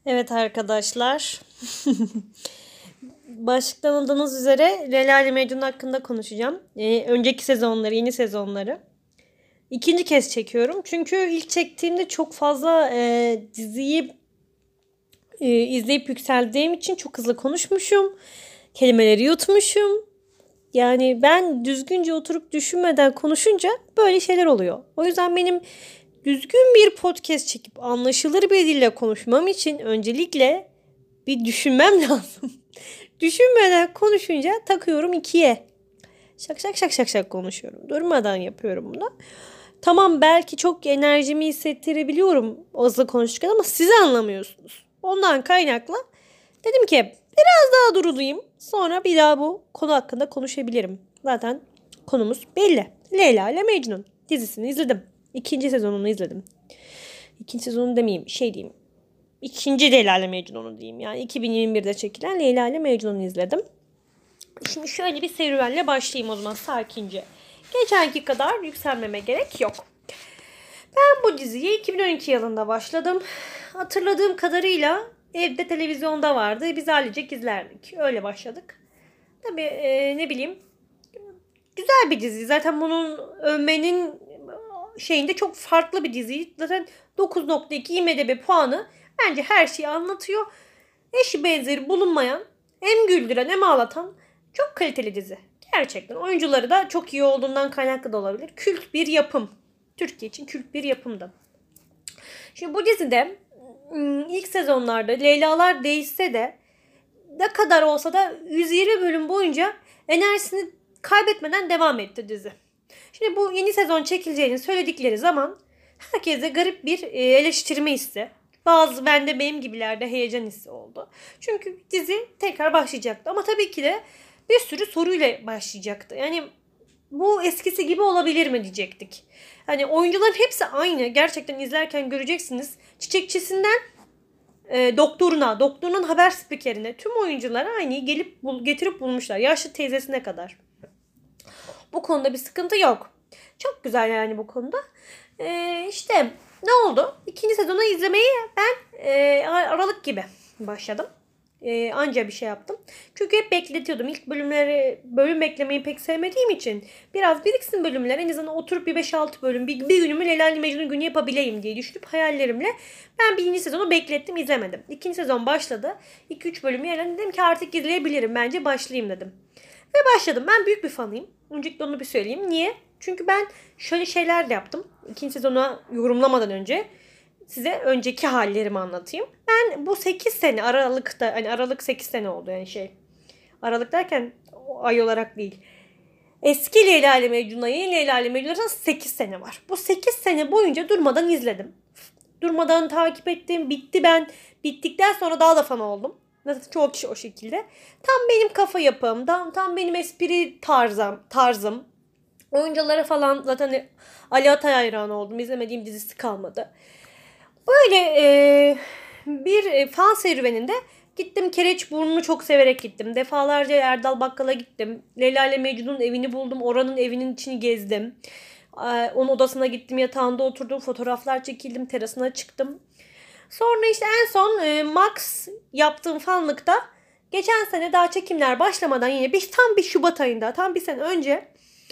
Evet arkadaşlar. Başlıktan anladığınız üzere Leyla ile Mecnun hakkında konuşacağım. Önceki sezonları, yeni sezonları. İkinci kez çekiyorum. Çünkü ilk çektiğimde çok fazla diziyi izleyip yükseldiğim için çok hızlı konuşmuşum. Kelimeleri yutmuşum. Yani ben düzgünce oturup düşünmeden konuşunca böyle şeyler oluyor. O yüzden benim düzgün bir podcast çekip anlaşılır bir dille konuşmam için öncelikle bir düşünmem lazım. Düşünmeden konuşunca takıyorum ikiye. Şak şak şak şak şak konuşuyorum. Durmadan yapıyorum bunu. Tamam belki çok enerjimi hissettirebiliyorum hızlı konuşurken ama siz anlamıyorsunuz. Ondan kaynaklı dedim ki biraz daha durulayım. Sonra bir daha bu konu hakkında konuşabilirim. Zaten konumuz belli. Leyla ile Mecnun dizisini izledim. İkinci sezonunu izledim. İkinci sezonu demeyeyim diyeyim. İkinci Leyla ile Mecnun'u diyeyim. Yani 2021'de çekilen Leyla ile Mecnun'u izledim. Şimdi şöyle bir serüvenle başlayayım o zaman sakince. Geçenki kadar yükselmeme gerek yok. Ben bu diziye 2012 yılında başladım. Hatırladığım kadarıyla evde televizyonda vardı. Biz ailecek izlerdik. Öyle başladık. Tabii ne bileyim güzel bir dizi. Zaten bunun övmenin şeyinde çok farklı bir dizi. Zaten 9.2 IMDb puanı bence her şeyi anlatıyor. Eşi benzeri bulunmayan, hem güldüren hem ağlatan çok kaliteli dizi. Gerçekten. Oyuncuları da çok iyi olduğundan kaynaklı da olabilir. Kült bir yapım. Türkiye için kült bir yapımdı. Şimdi bu dizide ilk sezonlarda Leylalar değişse de ne kadar olsa da 120 bölüm boyunca enerjisini kaybetmeden devam etti dizi. Şimdi bu yeni sezon çekileceğini söyledikleri zaman herkese garip bir eleştirme hissi. Bazı bende benim gibilerde heyecan hissi oldu. Çünkü dizi tekrar başlayacaktı. Ama tabii ki de bir sürü soruyla başlayacaktı. Yani bu eskisi gibi olabilir mi diyecektik. Hani oyuncuların hepsi aynı. Gerçekten izlerken göreceksiniz. Çiçekçisinden doktorunun haber spikerine tüm oyunculara aynı getirip bulmuşlar. Yaşlı teyzesine kadar. Bu konuda bir sıkıntı yok. Çok güzel yani bu konuda. İşte ne oldu? İkinci sezonu izlemeye ben Aralık gibi başladım. Anca bir şey yaptım. Çünkü hep bekletiyordum. İlk bölüm beklemeyi pek sevmediğim için biraz biriksin bölümler. En azından oturup bir 5-6 bölüm bir günümü Leyla ile Mecnun günü yapabileyim diye düşünüp hayallerimle ben birinci sezonu beklettim, izlemedim. İkinci sezon başladı. 2-3 bölümü yerine dedim ki artık izleyebilirim. Bence başlayayım dedim. Ve başladım. Ben büyük bir fanıyım. Öncelikle onu bir söyleyeyim. Niye? Çünkü ben şöyle şeyler de yaptım. İkinci sezonu yorumlamadan önce size önceki hallerimi anlatayım. Ben bu 8 sene Aralık'ta, hani Aralık 8 sene oldu yani Aralık derken ay olarak değil. Eski Leyla ile Mecnun'la yeni Leyla ile Mecnun arasında 8 sene var. Bu 8 sene boyunca durmadan izledim. Durmadan takip ettim. Bittikten sonra daha da fan oldum. Zaten çoğu kişi o şekilde. Tam benim kafa yapım, tam benim espri tarzım. Oyunculara falan zaten Ali Atay hayranı oldum. İzlemediğim dizisi kalmadı. Böyle bir fan serüveninde gittim. Kereçburnu'nu çok severek gittim. Defalarca Erdal Bakkal'a gittim. Leyla ile Mecnun'un evini buldum. Oranın evinin içini gezdim. Onun odasına gittim. Yatağında oturdum. Fotoğraflar çekildim. Terasına çıktım. Sonra işte en son Max yaptığım fanlıkta geçen sene daha çekimler başlamadan yine tam bir Şubat ayında, tam bir sene önce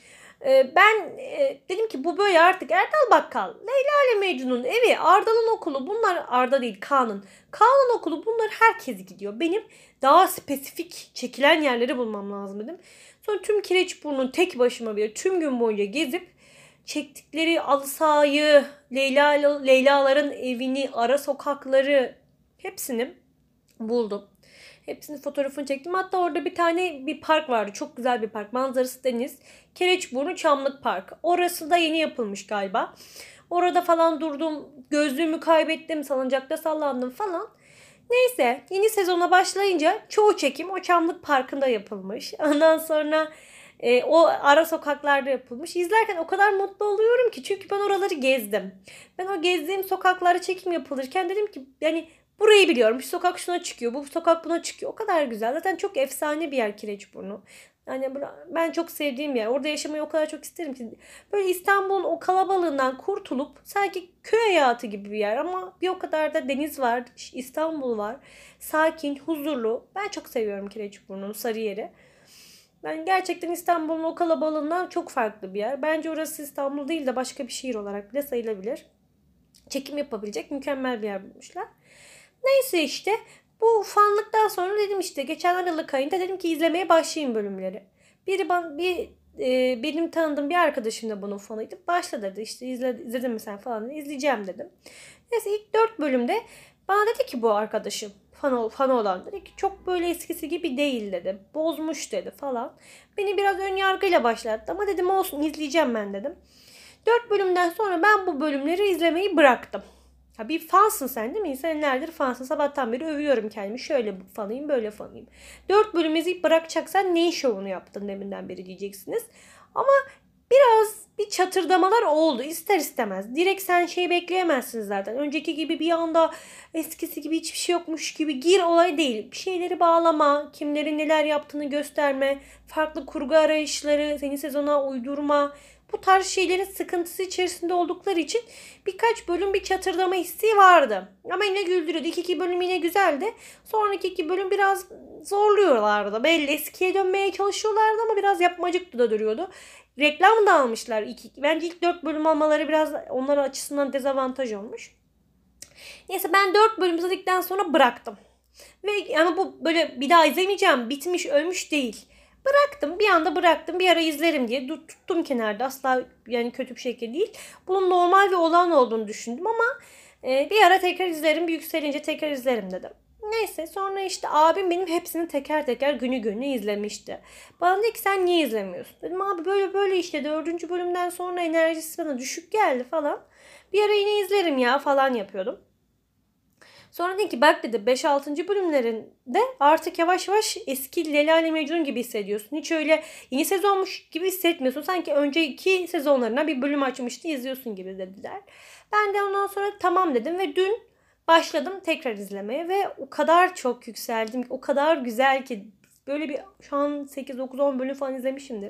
ben dedim ki bu böyle artık Erdal Bakkal, Leyla ile Mecnun'un evi, Arda'nın okulu, bunlar Arda değil Kaan'ın okulu, bunlar herkes gidiyor. Benim daha spesifik çekilen yerleri bulmam lazım dedim. Sonra tüm Kireçburnu'nu tek başıma tüm gün boyunca gezip çektikleri alı sahayı, Leyla'ların evini, ara sokakları hepsini buldum. Hepsinin fotoğrafını çektim. Hatta orada bir park vardı. Çok güzel bir park. Manzarası deniz. Kereçburnu Çamlık Park. Orası da yeni yapılmış galiba. Orada falan durdum. Gözlüğümü kaybettim. Salıncakta sallandım falan. Neyse yeni sezona başlayınca çoğu çekim o Çamlık Parkı'nda yapılmış. Ondan sonra o ara sokaklarda yapılmış. İzlerken o kadar mutlu oluyorum ki. Çünkü ben oraları gezdim. Ben o gezdiğim sokaklarda çekim yapılırken dedim ki yani burayı biliyorum. Şu sokak şuna çıkıyor. Bu sokak buna çıkıyor. O kadar güzel. Zaten çok efsane bir yer Kireçburnu. Yani ben çok sevdiğim yer. Orada yaşamayı o kadar çok isterim ki. Böyle İstanbul'un o kalabalığından kurtulup sanki köy hayatı gibi bir yer ama bir o kadar da deniz var, İstanbul var. Sakin, huzurlu. Ben çok seviyorum Kireçburnu'nu, Sarıyer'i. Ben gerçekten İstanbul'un o kalabalığından çok farklı bir yer. Bence orası İstanbul değil de başka bir şehir olarak bile sayılabilir. Çekim yapabilecek mükemmel bir yer bulmuşlar. Neyse işte bu fanlıktan sonra dedim işte geçen Aralık ayında dedim ki izlemeye başlayayım bölümleri. Benim tanıdığım bir arkadaşım da bunun fanıydı. Başla dedi işte izledin mi sen falan dedi. İzleyeceğim dedim. Neyse ilk 4 bölümde bana dedi ki bu arkadaşım fanı olan dedi ki çok böyle eskisi gibi değil dedi. Bozmuş dedi falan. Beni biraz ön yargıyla başlattı ama dedim olsun izleyeceğim ben dedim. 4 bölümden sonra ben bu bölümleri izlemeyi bıraktım. Ha bir fansın sen değil mi? Senelerdir fansın. Sabahtan beri övüyorum kendimi. Şöyle fanıyım, böyle fanıyım. 4 bölüm izleyip bırakacaksan neyin şovunu yaptın deminden beri diyeceksiniz. Ama biraz bir çatırdamalar oldu ister istemez. Direkt sen şeyi bekleyemezsin zaten. Önceki gibi bir anda eskisi gibi hiçbir şey yokmuş gibi gir olay değil. Bir şeyleri bağlama, kimlerin neler yaptığını gösterme, farklı kurgu arayışları, seni sezona uydurma. Bu tarz şeylerin sıkıntısı içerisinde oldukları için birkaç bölüm bir çatırdama hissi vardı. Ama yine güldürüyordu. İlk 2 bölüm yine güzeldi. Sonraki 2 bölüm biraz zorluyorlardı. Belli eskiye dönmeye çalışıyorlardı ama biraz yapmacık da duruyordu. Reklam da almışlar. Bence ilk 4 bölüm almaları biraz onların açısından dezavantaj olmuş. Neyse ben 4 bölüm izledikten sonra bıraktım. Ve ama bu böyle bir daha izlemeyeceğim. Bitmiş, ölmüş değil. Bıraktım. Bir anda bıraktım. Bir ara izlerim diye tuttum kenarda. Asla yani kötü bir şekilde değil. Bunun normal ve olağan olduğunu düşündüm ama bir ara tekrar izlerim. Bir yükselince tekrar izlerim dedim. Neyse sonra işte abim benim hepsini teker teker günü gününe izlemişti. Bana dedi ki sen niye izlemiyorsun? Dedim abi böyle böyle işte 4. bölümden sonra enerjisi bana düşük geldi falan. Bir ara yine izlerim ya falan yapıyordum. Sonra dedi ki bak dedi 5-6. bölümlerinde artık yavaş yavaş eski Leyla ile Mecnun gibi hissediyorsun. Hiç öyle yeni sezonmuş gibi hissetmiyorsun. Sanki önceki sezonlarına bir bölüm açmıştı izliyorsun gibi dediler. Ben de ondan sonra tamam dedim ve dün başladım tekrar izlemeye ve o kadar çok yükseldim. O kadar güzel ki böyle bir şu an 8-9-10 bölüm falan izlemişimdir.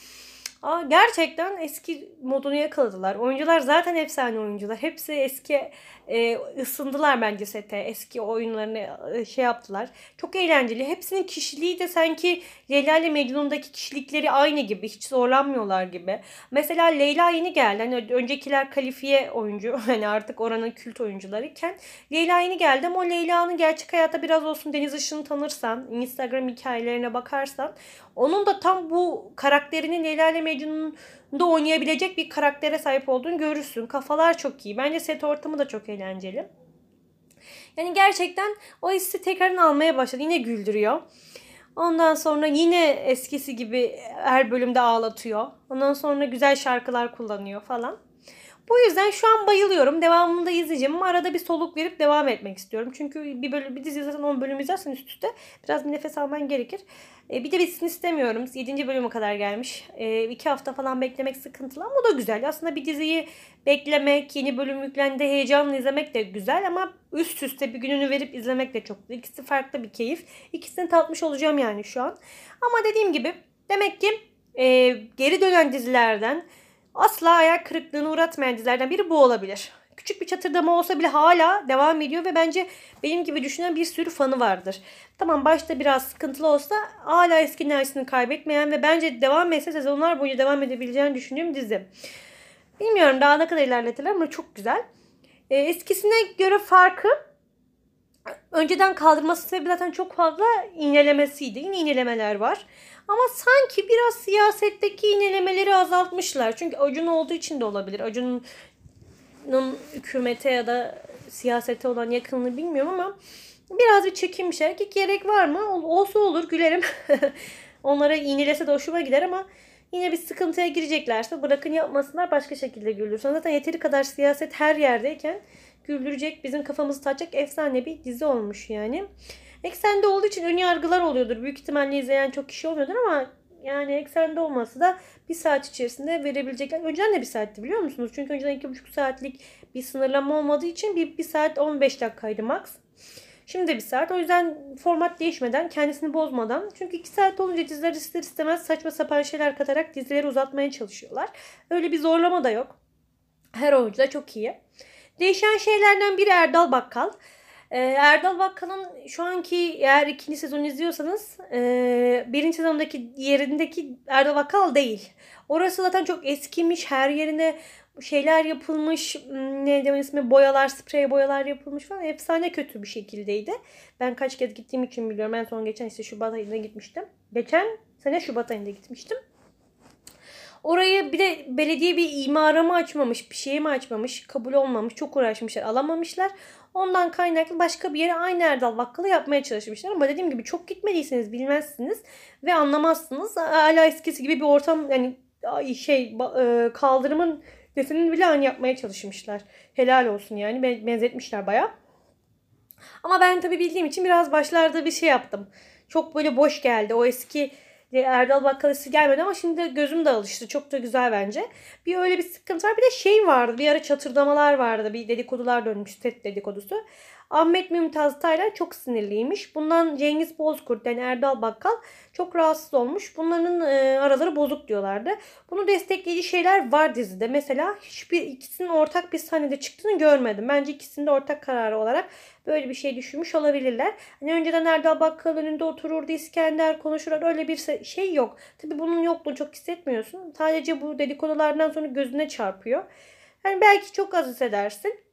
Gerçekten eski modunu yakaladılar. Oyuncular zaten efsane oyuncular. Hepsi eski ısındılar bence sete. Eski oyunlarını şey yaptılar. Çok eğlenceli. Hepsinin kişiliği de sanki Leyla ile Mecnun'daki kişilikleri aynı gibi. Hiç zorlanmıyorlar gibi. Mesela Leyla yeni geldi. Hani öncekiler kalifiye oyuncu. Hani artık oranın kült oyuncularıyken. Leyla yeni geldi ama o Leyla'nın gerçek hayatta biraz olsun Deniz Işık'ını tanırsan, Instagram hikayelerine bakarsan onun da tam bu karakterinin Leyla ile Mecnun'da oynayabilecek bir karaktere sahip olduğunu görürsün. Kafalar çok iyi. Bence set ortamı da çok eğlenceli. Yani gerçekten o hissi tekrardan almaya başladı. Yine güldürüyor. Ondan sonra yine eskisi gibi her bölümde ağlatıyor. Ondan sonra güzel şarkılar kullanıyor falan. Bu yüzden şu an bayılıyorum. Devamını da izleyeceğim ama arada bir soluk verip devam etmek istiyorum. Çünkü bir dizi izlersen 10 bölüm izlersen üst üste biraz bir nefes alman gerekir. Bir de bitsin istemiyorum. 7. bölüme kadar gelmiş. 2 hafta falan beklemek sıkıntılı ama o da güzel. Aslında bir diziyi beklemek, yeni bölüm yüklendi heyecanla izlemek de güzel ama üst üste bir gününü verip izlemek de çok güzel. İkisi farklı bir keyif. İkisini tatmış olacağım yani şu an. Ama dediğim gibi demek ki geri dönen dizilerden asla ayak kırıklığına uğratmayan dizilerden biri bu olabilir. Küçük bir çatırdama olsa bile hala devam ediyor ve bence benim gibi düşünen bir sürü fanı vardır. Tamam başta biraz sıkıntılı olsa hala eski enerjisini kaybetmeyen ve bence devam etse sezonlar boyunca devam edebileceğini düşündüğüm dizi. Bilmiyorum daha ne kadar ilerletirler ama çok güzel. Eskisine göre farkı önceden kaldırması sebebi zaten çok fazla iğnelemesiydi. Yine iğnelemeler var. Ama sanki biraz siyasetteki iğnelemeleri azaltmışlar. Çünkü Acun olduğu için de olabilir. Acun'un hükümete ya da siyasete olan yakınlığı bilmiyorum ama biraz bir çekinmişler ki gerek var mı? Olsa olur gülerim. Onlara iğnelese de hoşuma gider ama yine bir sıkıntıya gireceklerse bırakın yapmasınlar başka şekilde güldürsün. Zaten yeteri kadar siyaset her yerdeyken güldürecek, bizim kafamızı takacak efsane bir dizi olmuş yani. Eksende olduğu için ön yargılar oluyordur. Büyük ihtimalle izleyen çok kişi olmuyordur ama yani eksende olması da bir saat içerisinde verebilecekler. Önceden de bir saatti biliyor musunuz? Çünkü önceden 2,5 saatlik bir sınırlama olmadığı için bir saat 15 dakikaydı max. Şimdi de 1 saat. O yüzden format değişmeden, kendisini bozmadan. Çünkü 2 saat olunca diziler ister istemez saçma sapan şeyler katarak dizileri uzatmaya çalışıyorlar. Öyle bir zorlama da yok. Her oyuncu da çok iyi. Değişen şeylerden biri Erdal Bakkal. Erdal Bakkal'ın şu anki, eğer 2. sezon izliyorsanız 1. sezondaki yerindeki Erdal Bakkal değil. Orası zaten çok eskimiş. Her yerine şeyler yapılmış. Ne demek ismi, boyalar, sprey boyalar yapılmış falan. Efsane kötü bir şekildeydi. Ben kaç kez gittiğim için biliyorum. En son geçen Şubat ayında gitmiştim. Geçen sene Şubat ayında gitmiştim. Orayı bir de belediye bir imara mı açmamış, bir şey mi açmamış, kabul olmamış, çok uğraşmışlar, alamamışlar. Ondan kaynaklı başka bir yere aynı Erdal Bakkal'ı yapmaya çalışmışlar. Ama dediğim gibi çok gitmediyseniz bilmezsiniz ve anlamazsınız. Hala eskisi gibi bir ortam, yani kaldırımın desenini bile aynı yapmaya çalışmışlar. Helal olsun yani, benzetmişler bayağı. Ama ben tabii bildiğim için biraz başlarda bir şey yaptım. Çok böyle boş geldi. O eski Erdal Bakkal hissi gelmedi ama şimdi gözüm de alıştı. Çok da güzel bence. Bir öyle bir sıkıntı var. Bir de şey vardı. Bir ara çatırdamalar vardı. Bir dedikodular dönmüş. Set dedikodusu. Ahmet Mümtaz Taylan çok sinirliymiş. Bundan Cengiz Bozkurt, yani Erdal Bakkal çok rahatsız olmuş. Bunların araları bozuk diyorlardı. Bunu destekleyici şeyler var dizide. Mesela hiçbir ikisinin ortak bir sahnede çıktığını görmedim. Bence ikisinin de ortak kararı olarak böyle bir şey düşünmüş olabilirler. Hani önceden Erdal Bakkal önünde otururdu, İskender konuşurlar. Öyle bir şey yok. Tabii bunun yokluğunu çok hissetmiyorsun. Sadece bu dedikodulardan sonra gözüne çarpıyor. Yani belki çok az hissedersin.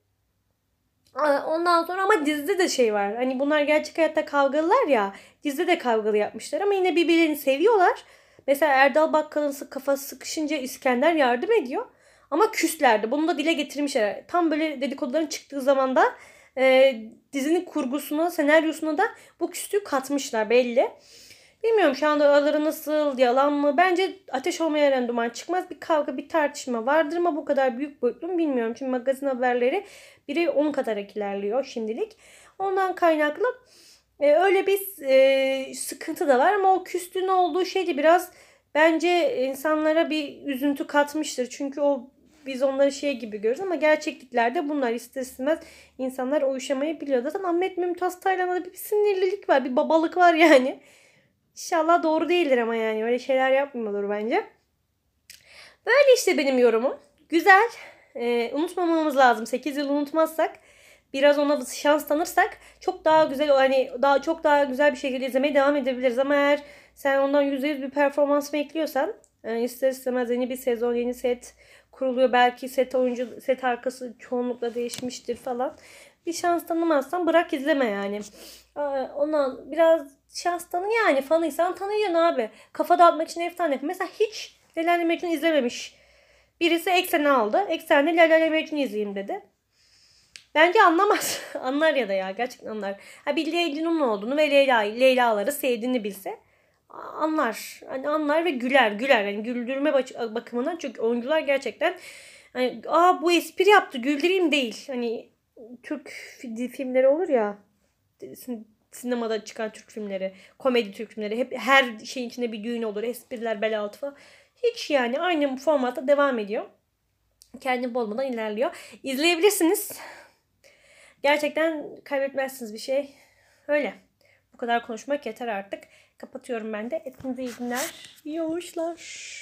Ondan sonra ama dizide de şey var. Hani bunlar gerçek hayatta kavgalılar ya. Dizide de kavgalı yapmışlar ama yine birbirlerini seviyorlar. Mesela Erdal Bakkal'ın kafası sıkışınca İskender yardım ediyor. Ama küslerdi. Bunu da dile getirmişler. Tam böyle dedikoduların çıktığı zaman da dizinin kurgusuna, senaryosuna da bu küslüğü katmışlar belli. Bilmiyorum şu anda araları nasıl, yalan mı? Bence ateş olmaya yarayan duman çıkmaz. Bir kavga, bir tartışma vardır ama bu kadar büyük boyutlu mu bilmiyorum. Çünkü magazin haberleri biri 10 katarak ilerliyor şimdilik. Ondan kaynaklı öyle bir sıkıntı da var ama o küslüğün olduğu şey de biraz bence insanlara bir üzüntü katmıştır. Çünkü biz onları şey gibi görürüz ama gerçekliklerde bunlar ister istemez insanlar uyuşamayabiliyor. Zaten Ahmet Mümtaz Taylan'da bir sinirlilik var, bir babalık var yani. İnşallah doğru değildir ama yani öyle şeyler yapmıyordur bence. Böyle işte benim yorumum. Güzel. Unutmamamız lazım. 8 yıl unutmazsak, biraz ona şans tanırsak çok daha güzel, hani çok daha güzel bir şekilde izlemeye devam edebiliriz. Ama eğer sen ondan %100 bir performans bekliyorsan, ister istemez yeni bir sezon, yeni set kuruluyor. Belki set arkası çoğunlukla değişmiştir falan. Bir şans tanımazsan bırak, izleme yani. Ondan biraz şans tanı yani. Fanıysan tanıyorsun abi. Kafa dağıtmak için efsane. Mesela hiç Leyla Mecnun izlememiş birisi Eksen'i aldı. Eksen'de Leyla Mecnun izleyeyim dedi. Bence anlamaz. Anlar ya da ya. Gerçekten anlar. Bir Leyla'nın olduğunu ve Leyla'ları sevdiğini bilse anlar. Hani anlar ve güler. Yani güldürme bakımından. Çünkü oyuncular gerçekten hani, bu espri yaptı güldüreyim değil. Hani Türk filmleri olur ya, sinemada çıkan Türk filmleri, komedi Türk filmleri, hep her şeyin içinde bir düğün olur, espriler, bel altı falan. Hiç yani aynı formatta devam ediyor. Kendini bozmadan ilerliyor. İzleyebilirsiniz. Gerçekten kaybetmezsiniz bir şey. Öyle. Bu kadar konuşmak yeter artık. Kapatıyorum ben de. Hepinize iyi günler. İyi uyuşlar.